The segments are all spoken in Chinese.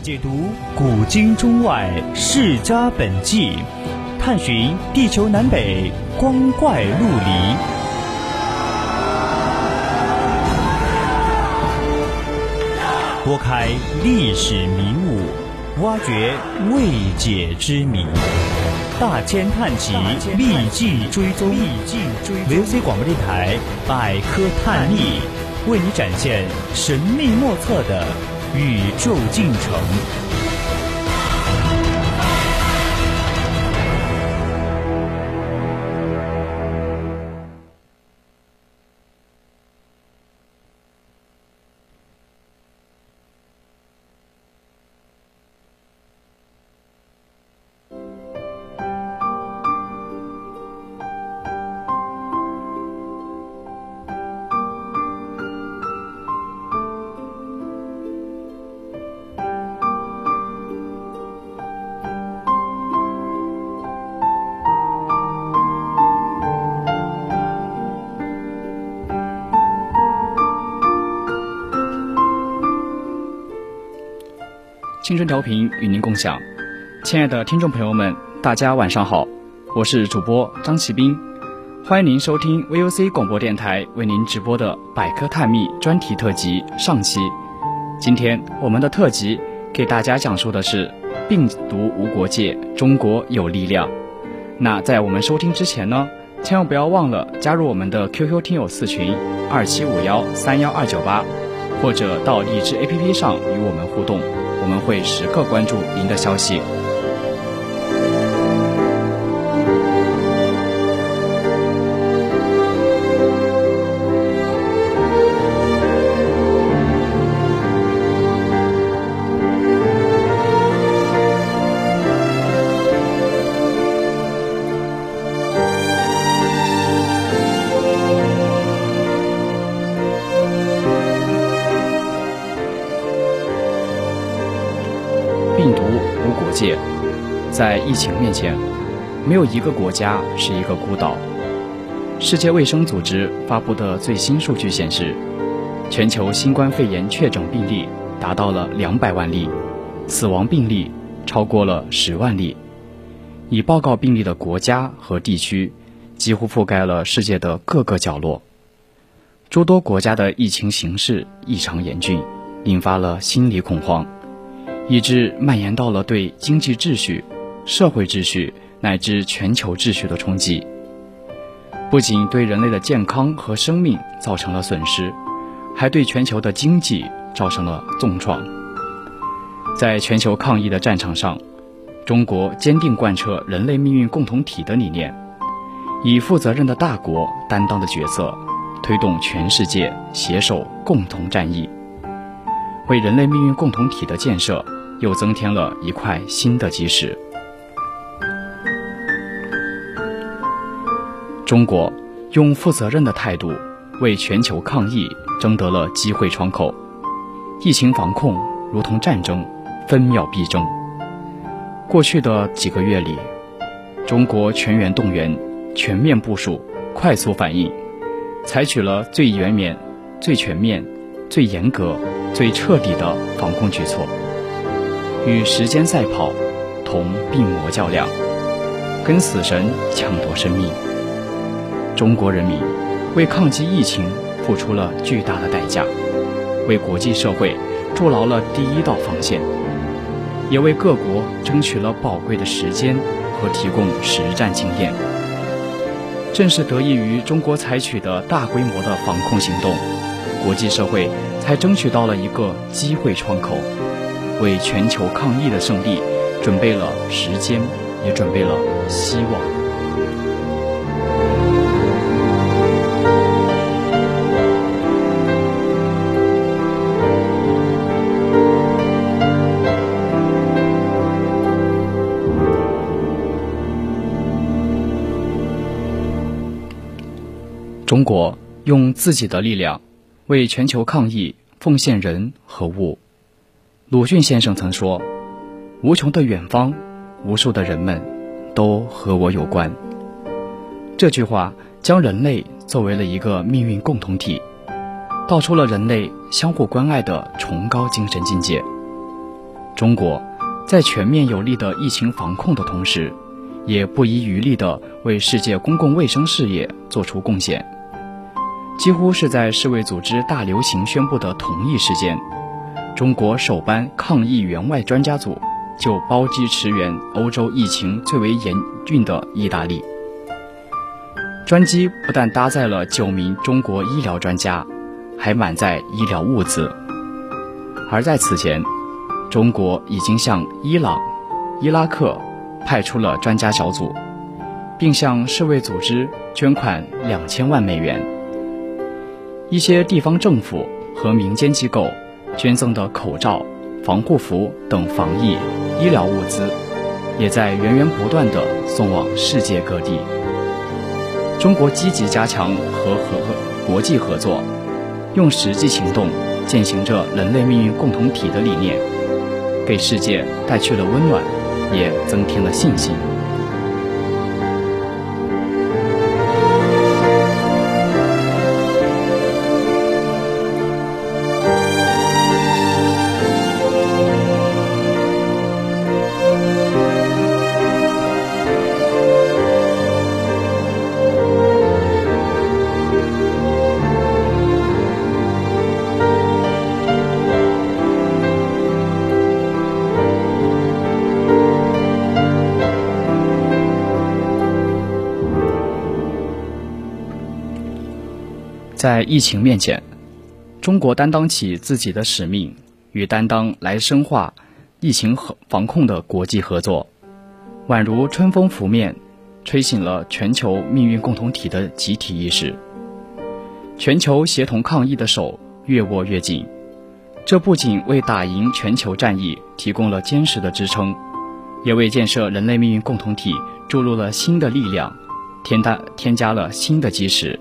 解读古今中外世家本纪，探寻地球南北光怪陆离。拨开历史迷雾，挖掘未解之谜，大千探奇，秘境追踪。VOC 广播电台百科探秘，为你展现神秘莫测的宇宙进程。 青春调频与您共享，亲爱的听众朋友们，大家晚上好，我是主播张奇斌，欢迎您收听 VOC 广播电台为您直播的百科探秘专题特辑上期。今天我们的特辑给大家讲述的是病毒无国界，中国有力量。那在我们收听之前呢，千万不要忘了加入我们的 QQ 听友4群2751-31298，或者到荔枝 APP 上与我们互动，我们会时刻关注您的消息。病毒无国界，在疫情面前，没有一个国家是一个孤岛。世界卫生组织发布的最新数据显示，全球新冠肺炎确诊病例达到了200万例，死亡病例超过了10万例。已报告病例的国家和地区几乎覆盖了世界的各个角落。诸多国家的疫情形势异常严峻，引发了心理恐慌，以致蔓延到了对经济秩序、社会秩序乃至全球秩序的冲击。不仅对人类的健康和生命造成了损失，还对全球的经济造成了重创。在全球抗疫的战场上，中国坚定贯彻人类命运共同体的理念，以负责任的大国担当的角色，推动全世界携手共同战役，为人类命运共同体的建设又增添了一块新的基石。中国用负责任的态度为全球抗疫争得了机会窗口，疫情防控如同战争，分秒必争。过去的几个月里，中国全员动员、全面部署、快速反应，采取了最全面、最严格、最彻底的防控举措，与时间赛跑，同病魔较量，跟死神抢夺生命。中国人民为抗击疫情付出了巨大的代价，为国际社会筑牢了第一道防线，也为各国争取了宝贵的时间和提供实战经验。正是得益于中国采取的大规模的防控行动，国际社会才争取到了一个机会窗口，为全球抗疫的胜利准备了时间，也准备了希望。中国用自己的力量为全球抗疫奉献人和物。鲁迅先生曾说，无穷的远方，无数的人们都和我有关。这句话将人类作为了一个命运共同体，道出了人类相互关爱的崇高精神境界。 中国在全面有力的疫情防控的同时，也不遗余力地为世界公共卫生事业做出贡献。几乎是在世卫组织大流行宣布的同一时间，中国首班抗疫援外专家组就包机驰援欧洲疫情最为严峻的意大利。专机不但搭载了9名中国医疗专家，还满载医疗物资。而在此前，中国已经向伊朗、伊拉克派出了专家小组，并向世卫组织捐款2000万美元。一些地方政府和民间机构捐赠的口罩、防护服等防疫医疗物资，也在源源不断地送往世界各地。中国积极加强和国际合作，用实际行动践行着人类命运共同体的理念，给世界带去了温暖，也增添了信心。在疫情面前，中国担当起自己的使命与担当，来深化疫情防控的国际合作，宛如春风拂面，吹醒了全球命运共同体的集体意识。全球协同抗疫的手越握越紧，这不仅为打赢全球战役提供了坚实的支撑，也为建设人类命运共同体注入了新的力量，添加了新的基石。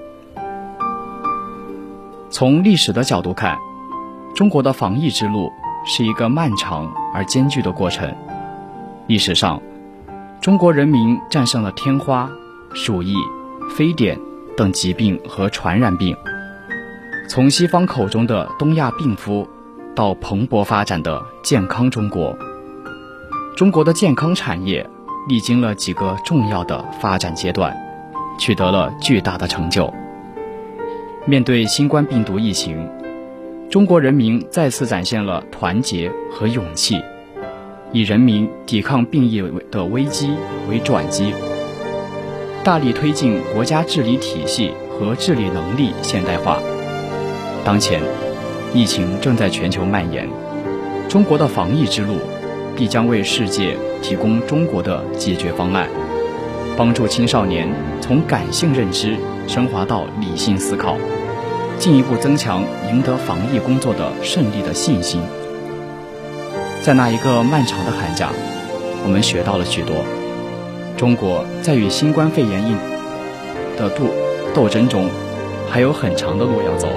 从历史的角度看，中国的防疫之路是一个漫长而艰巨的过程。历史上，中国人民战胜了天花、鼠疫、非典等疾病和传染病，从西方口中的东亚病夫到蓬勃发展的健康中国。中国的健康产业历经了几个重要的发展阶段，取得了巨大的成就。面对新冠病毒疫情，中国人民再次展现了团结和勇气，以人民抵抗病疫的危机为转机，大力推进国家治理体系和治理能力现代化。当前，疫情正在全球蔓延，中国的防疫之路必将为世界提供中国的解决方案，帮助青少年从感性认知升华到理性思考，进一步增强赢得防疫工作的胜利的信心。在那一个漫长的寒假，我们学到了许多。中国在与新冠肺炎的斗争中，还有很长的路要走。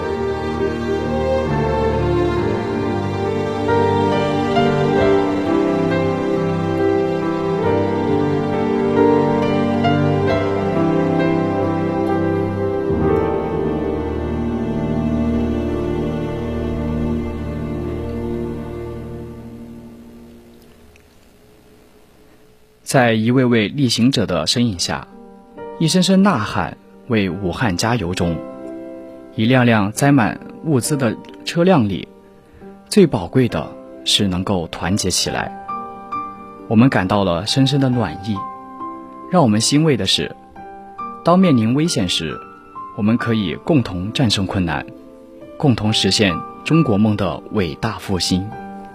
在一位位力行者的身影下，一声声呐喊为武汉加油中，一辆辆载满物资的车辆里，最宝贵的是能够团结起来。我们感到了深深的暖意。让我们欣慰的是，当面临危险时，我们可以共同战胜困难，共同实现中国梦的伟大复兴。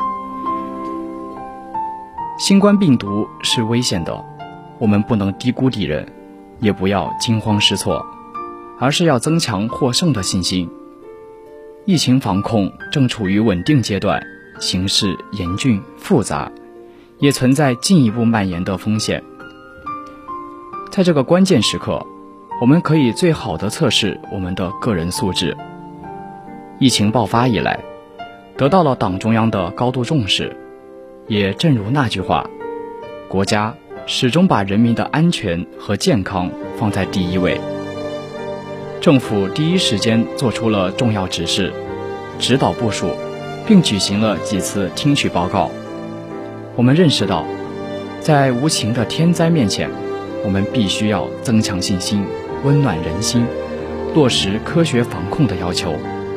新冠病毒是危险的，我们不能低估敌人，也不要惊慌失措，而是要增强获胜的信心。疫情防控正处于稳定阶段，形势严峻复杂，也存在进一步蔓延的风险。在这个关键时刻，我们可以最好地测试我们的个人素质。疫情爆发以来，得到了党中央的高度重视，也正如那句话，国家始终把人民的安全和健康放在第一位。政府第一时间做出了重要指示，指导部署， 并举行了几次听取报告。我们认识到，在无情的天灾面前，我们必须要增强信心，温暖人心，落实科学防控的要求。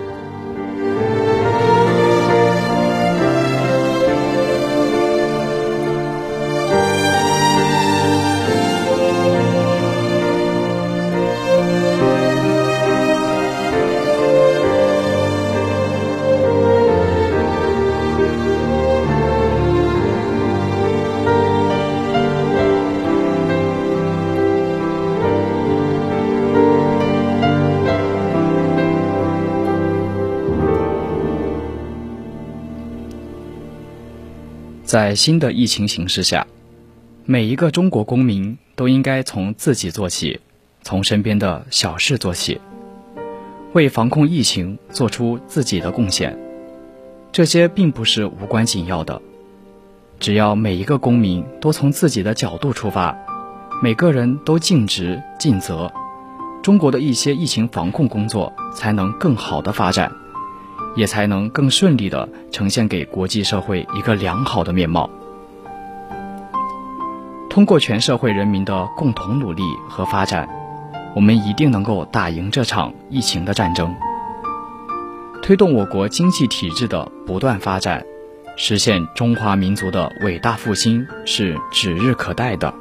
在新的疫情形势下，每一个中国公民都应该从自己做起，从身边的小事做起，为防控疫情做出自己的贡献。这些并不是无关紧要的，只要每一个公民都从自己的角度出发，每个人都尽职尽责，中国的一些疫情防控工作才能更好的发展，也才能更顺利地呈现给国际社会一个良好的面貌。通过全社会人民的共同努力和发展，我们一定能够打赢这场疫情的战争，推动我国经济体制的不断发展，实现中华民族的伟大复兴是指日可待的。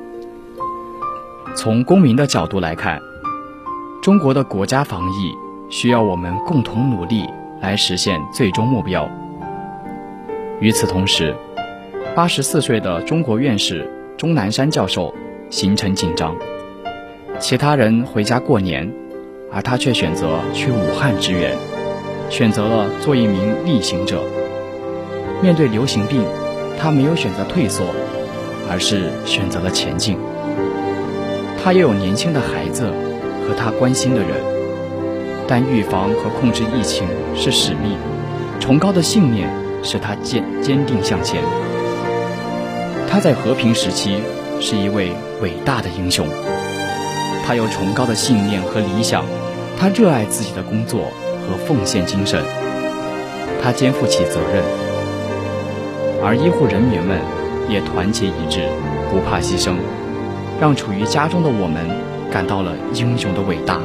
从公民的角度来看，中国的国家防疫需要我们共同努力来实现最终目标。与此同时，84岁的中国院士钟南山教授行程紧张，其他人回家过年，而他却选择去武汉支援，选择了做一名逆行者。面对流行病，他没有选择退缩，而是选择了前进。他也有年轻的孩子和他关心的人，但预防和控制疫情是使命，崇高的信念使他坚定向前。他在和平时期是一位伟大的英雄，他有崇高的信念和理想，他热爱自己的工作和奉献精神，他肩负起责任，而医护人员们也团结一致，不怕牺牲，让处于家中的我们感到了英雄的伟大。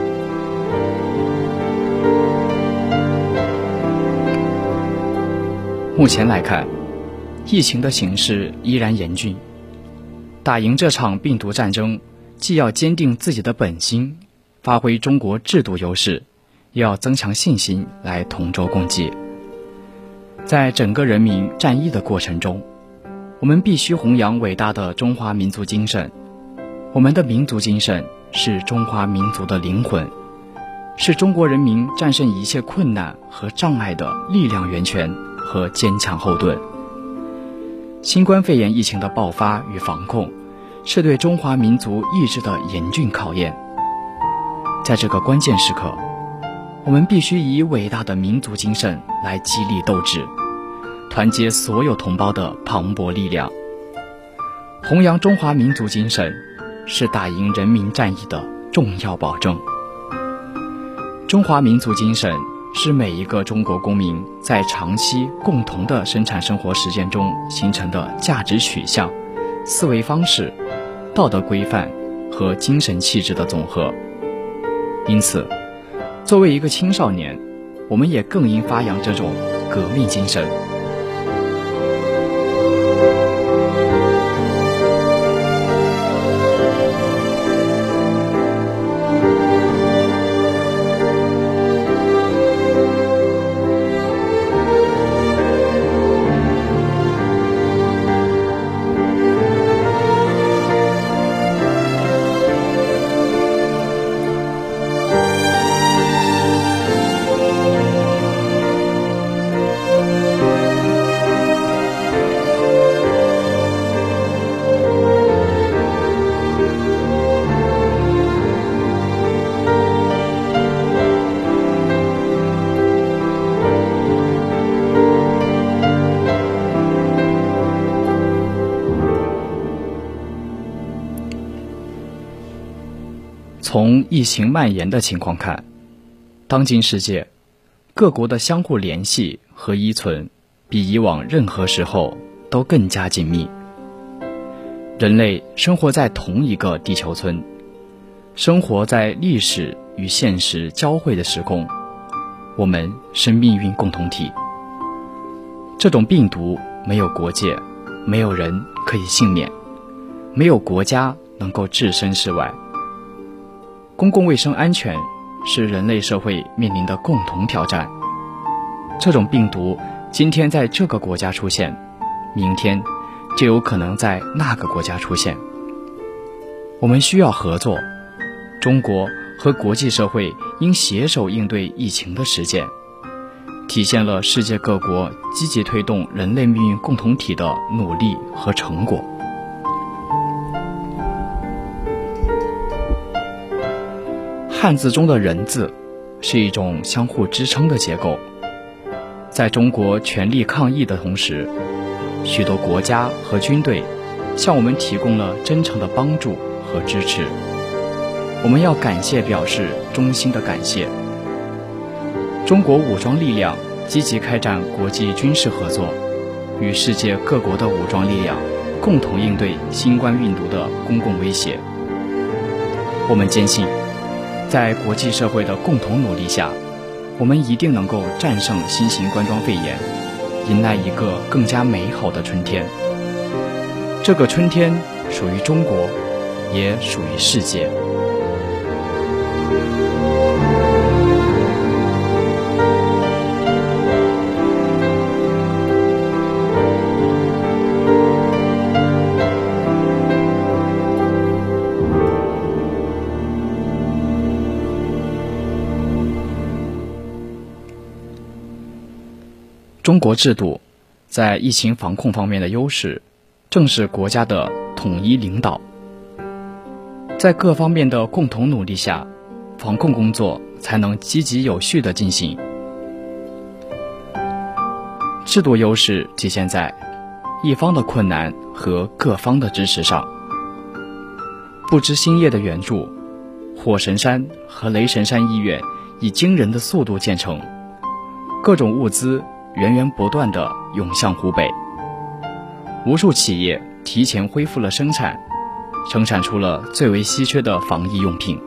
目前来看，疫情的形势依然严峻，打赢这场病毒战争，既要坚定自己的本心，发挥中国制度优势，也要增强信心来同舟共济。在整个人民战役的过程中，我们必须弘扬伟大的中华民族精神。我们的民族精神是中华民族的灵魂，是中国人民战胜一切困难和障碍的力量源泉和坚强后盾。新冠肺炎疫情的爆发与防控，是对中华民族意志的严峻考验。在这个关键时刻，我们必须以伟大的民族精神来激励斗志，团结所有同胞的磅礴力量。弘扬中华民族精神，是打赢人民战役的重要保证。中华民族精神是每一个中国公民在长期共同的生产生活实践中形成的价值取向、思维方式、道德规范和精神气质的总和。因此，作为一个青少年，我们也更应发扬这种革命精神。从疫情蔓延的情况看，当今世界各国的相互联系和依存比以往任何时候都更加紧密。人类生活在同一个地球村，生活在历史与现实交汇的时空，我们是命运共同体。这种病毒没有国界，没有人可以幸免，没有国家能够置身事外。公共卫生安全是人类社会面临的共同挑战。这种病毒今天在这个国家出现，明天就有可能在那个国家出现。我们需要合作，中国和国际社会应携手应对疫情的实践，体现了世界各国积极推动人类命运共同体的努力和成果。汉字中的人字是一种相互支撑的结构，在中国全力抗疫的同时，许多国家和军队向我们提供了真诚的帮助和支持，我们要感谢表示衷心的感谢。中国武装力量积极开展国际军事合作，与世界各国的武装力量共同应对新冠病毒的公共威胁。我们坚信，在国际社会的共同努力下，我们一定能够战胜新型冠状肺炎，迎来一个更加美好的春天。这个春天属于中国，也属于世界。中国制度在疫情防控方面的优势，正是国家的统一领导。在各方面的共同努力下，防控工作才能积极有序地进行。制度优势体现在一方的困难和各方的支持上。不知兴业的援助，火神山和雷神山医院以惊人的速度建成，各种物资源源不断地涌向湖北，无数企业提前恢复了生产，生产出了最为稀缺的防疫用品。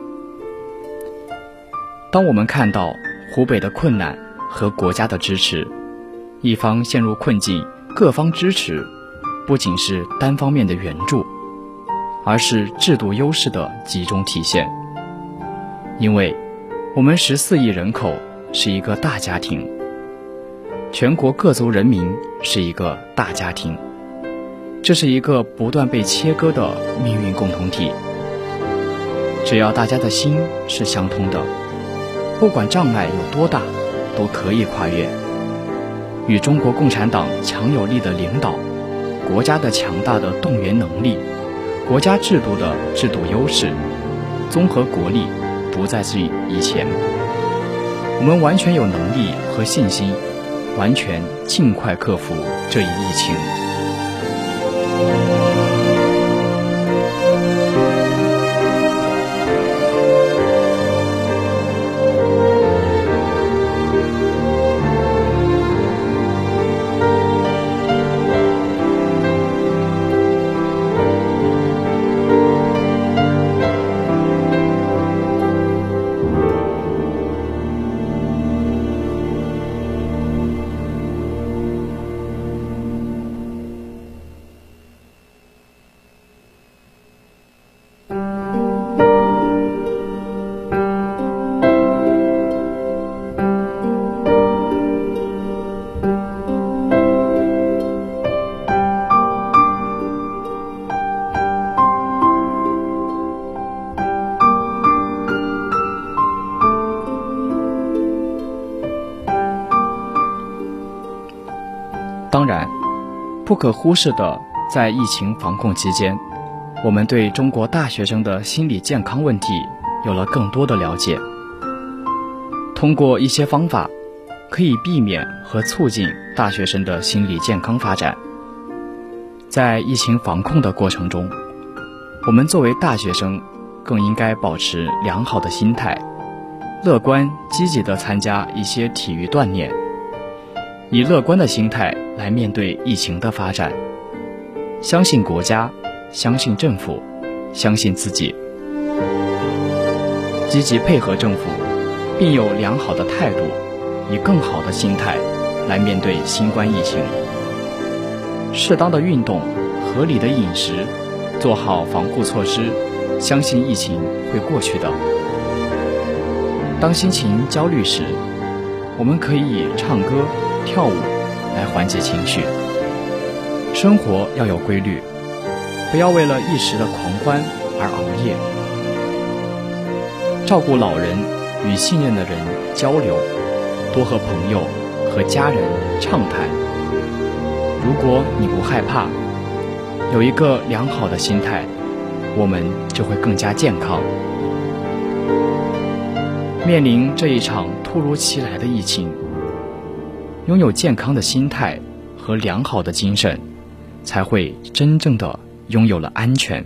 当我们看到湖北的困难和国家的支持，一方陷入困境，各方支持，不仅是单方面的援助，而是制度优势的集中体现。因为我们14亿人口是一个大家庭，全国各族人民是一个大家庭，这是一个不断被切割的命运共同体。只要大家的心是相通的，不管障碍有多大，都可以跨越。与中国共产党强有力的领导，国家的强大的动员能力，国家制度的制度优势，综合国力不再是以前。我们完全有能力和信心，完全尽快克服这一疫情。当然，不可忽视的，在疫情防控期间，我们对中国大学生的心理健康问题有了更多的了解。通过一些方法，可以避免和促进大学生的心理健康发展。在疫情防控的过程中，我们作为大学生更应该保持良好的心态， 乐观积极地参加一些体育锻炼，以乐观的心态来面对疫情的发展，相信国家，相信政府，相信自己，积极配合政府，并有良好的态度，以更好的心态来面对新冠疫情。适当的运动，合理的饮食，做好防护措施，相信疫情会过去的。当心情焦虑时，我们可以以唱歌、跳舞来缓解情绪。生活要有规律，不要为了一时的狂欢而熬夜。照顾老人，与信任的人交流，多和朋友和家人畅谈。如果你不害怕，有一个良好的心态，我们就会更加健康。面临这一场突如其来的疫情，拥有健康的心态和良好的精神，才会真正的拥有了安全。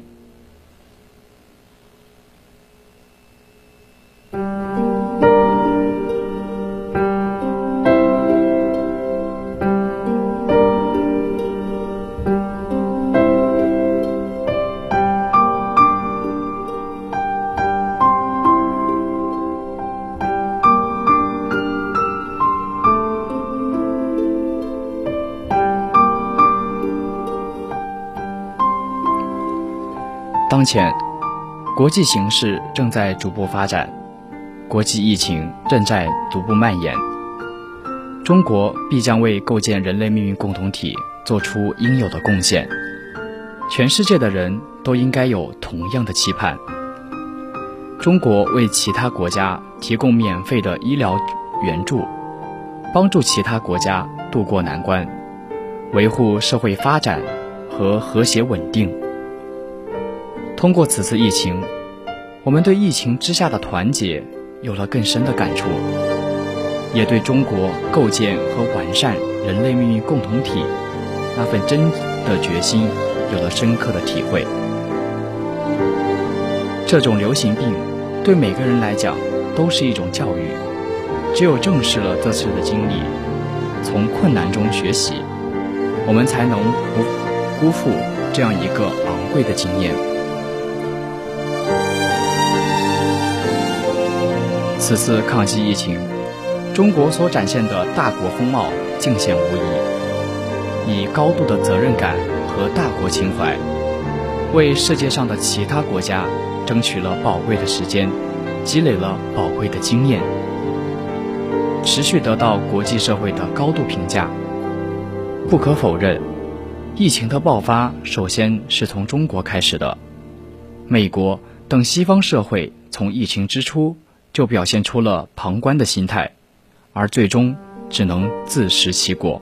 当前，国际形势正在逐步发展，国际疫情正在逐步蔓延。中国必将为构建人类命运共同体做出应有的贡献。全世界的人都应该有同样的期盼。中国为其他国家提供免费的医疗援助，帮助其他国家渡过难关，维护社会发展和和谐稳定。通过此次疫情，我们对疫情之下的团结有了更深的感触，也对中国构建和完善人类命运共同体那份真的决心有了深刻的体会。这种流行病对每个人来讲都是一种教育，只有正视了这次的经历，从困难中学习，我们才能不辜负这样一个昂贵的经验。此次抗击疫情，中国所展现的大国风貌尽显无疑，以高度的责任感和大国情怀，为世界上的其他国家争取了宝贵的时间，积累了宝贵的经验，持续得到国际社会的高度评价。不可否认，疫情的爆发首先是从中国开始的。美国等西方社会从疫情之初就表现出了旁观的心态，而最终只能自食其果。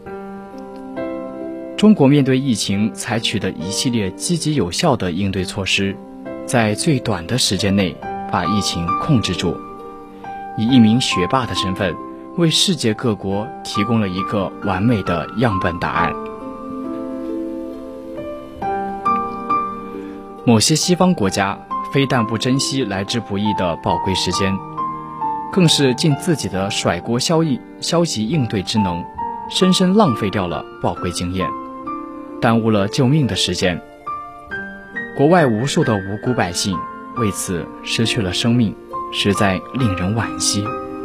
中国面对疫情采取的一系列积极有效的应对措施，在最短的时间内把疫情控制住，以一名学霸的身份为世界各国提供了一个完美的样本答案。某些西方国家非但不珍惜来之不易的宝贵时间，更是尽自己的甩锅消极应对之能，深深浪费掉了宝贵经验，耽误了救命的时间。国外无数的无辜百姓为此失去了生命，实在令人惋惜。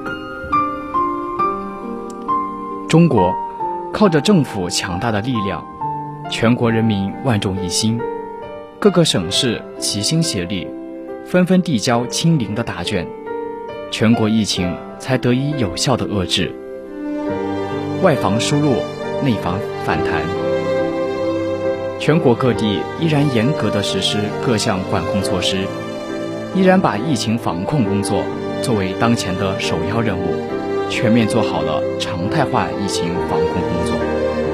中国靠着政府强大的力量，全国人民万众一心，各个省市齐心协力，纷纷递交清零的答卷，全国疫情才得以有效的遏制。外防输入，内防反弹，全国各地依然严格地实施各项管控措施，依然把疫情防控工作作为当前的首要任务，全面做好了常态化疫情防控工作。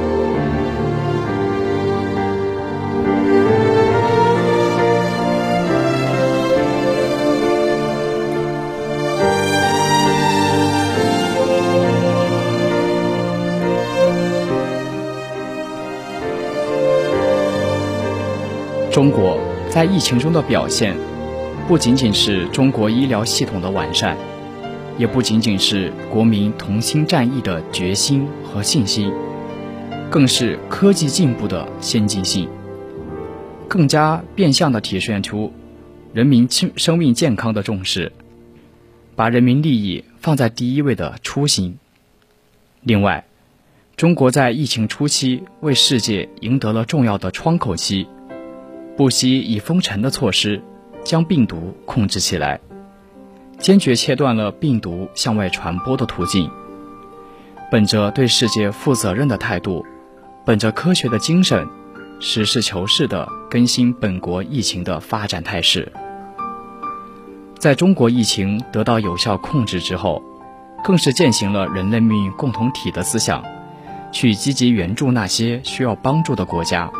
中国在疫情中的表现，不仅仅是中国医疗系统的完善， 也不仅仅是国民同心战役的决心和信心，更是科技进步的先进性，更加变相地体现出人民生命健康的重视，把人民利益放在第一位的初心。另外，中国在疫情初期为世界赢得了重要的窗口期，不惜以封城的措施将病毒控制起来，坚决切断了病毒向外传播的途径。本着对世界负责任的态度，本着科学的精神，实事求是地更新本国疫情的发展态势。在中国疫情得到有效控制之后，更是践行了人类命运共同体的思想，去积极援助那些需要帮助的国家。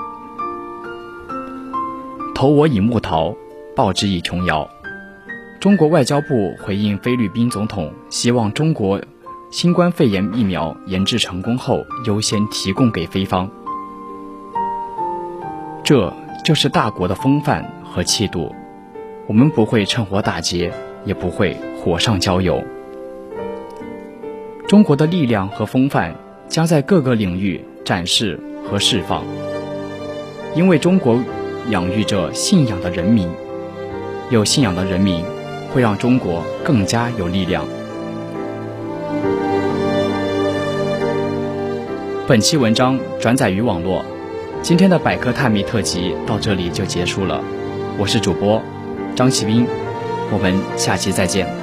投我以木桃，报之以琼瑶。中国外交部回应菲律宾总统希望中国新冠肺炎疫苗研制成功后优先提供给菲方，这就是大国的风范和气度，我们不会趁火打劫，也不会火上浇油。中国的力量和风范将在各个领域展示和释放，因为中国养育着信仰的人民，有信仰的人民会让中国更加有力量。本期文章转载于网络，今天的百科探秘特辑到这里就结束了。我是主播张启斌，我们下期再见。